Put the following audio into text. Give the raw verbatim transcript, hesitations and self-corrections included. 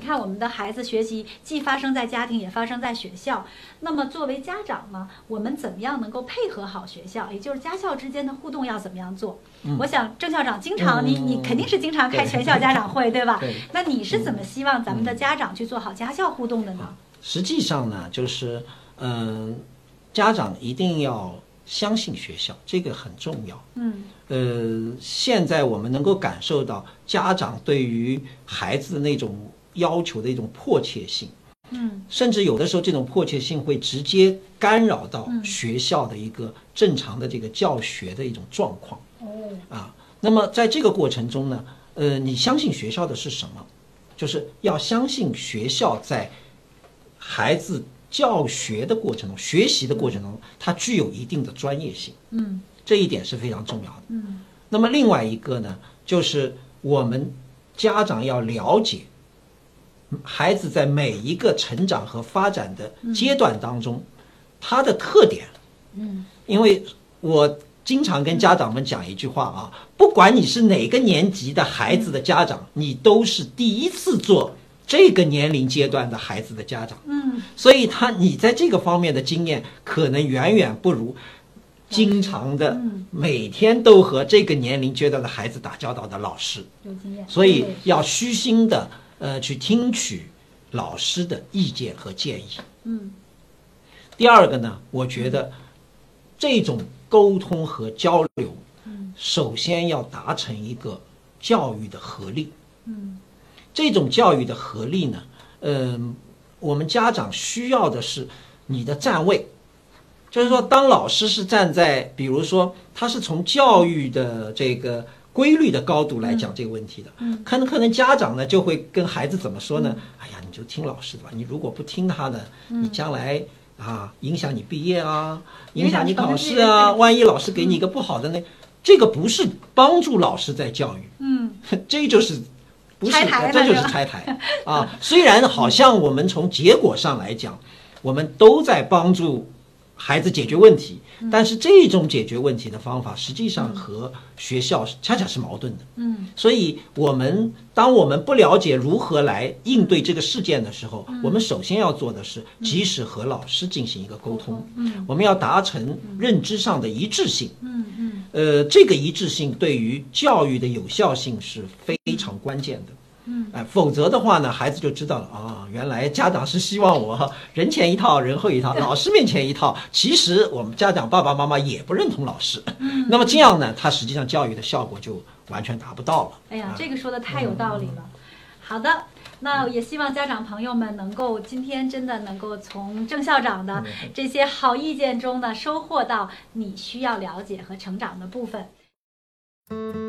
看我们的孩子学习既发生在家庭，也发生在学校。那么作为家长呢，我们怎么样能够配合好学校，也就是家校之间的互动要怎么样做？嗯、我想郑校长经常，嗯、你你肯定是经常开全校家长会，对, 对吧？对。那你是怎么希望咱们的家长去做好家校互动的呢？ 嗯、实际上呢，就是嗯、呃，家长一定要相信学校，这个很重要。嗯。呃，现在我们能够感受到家长对于孩子的那种要求的一种迫切性，嗯，甚至有的时候这种迫切性会直接干扰到学校的一个正常的这个教学的一种状况。哦，啊，那么在这个过程中呢，呃，你相信学校的是什么？就是要相信学校在孩子教学的过程中、学习的过程中，它具有一定的专业性。嗯。这一点是非常重要的。嗯，那么另外一个呢，就是我们家长要了解孩子在每一个成长和发展的阶段当中，他的特点。嗯，因为我经常跟家长们讲一句话啊，不管你是哪个年级的孩子的家长，你都是第一次做这个年龄阶段的孩子的家长。嗯，所以他你在这个方面的经验可能远远不如经常的每天都和这个年龄阶段的孩子打交道的老师， 有经验， 所以要虚心的呃去听取老师的意见和建议。嗯，第二个呢，我觉得这种沟通和交流，嗯，首先要达成一个教育的合力。嗯，这种教育的合力呢，嗯、呃，我们家长需要的是你的站位。就是说，当老师是站在，比如说，他是从教育的这个规律的高度来讲这个问题的，嗯，可能可能家长呢就会跟孩子怎么说呢？嗯、哎呀，你就听老师的吧，你如果不听他的，嗯、你将来啊影响你毕业啊，影响你考试啊，万一老师给你一个不好的那，嗯、这个不是帮助老师在教育，嗯，这就是不是，这就是拆台啊。虽然好像我们从结果上来讲，我们都在帮助孩子解决问题，但是这种解决问题的方法实际上和学校恰恰是矛盾的。嗯，所以我们当我们不了解如何来应对这个事件的时候，我们首先要做的是及时和老师进行一个沟通。嗯，我们要达成认知上的一致性。嗯嗯，呃，这个一致性对于教育的有效性是非常关键的。嗯，哎，否则的话呢，孩子就知道了啊，原来家长是希望我人前一套，人后一套，老师面前一套。其实我们家长爸爸妈妈也不认同老师。嗯，那么这样呢，他实际上教育的效果就完全达不到了。 哎呀，这个说的太有道理了。嗯、好的，那也希望家长朋友们能够今天真的能够从郑校长的这些好意见中呢，收获到你需要了解和成长的部分。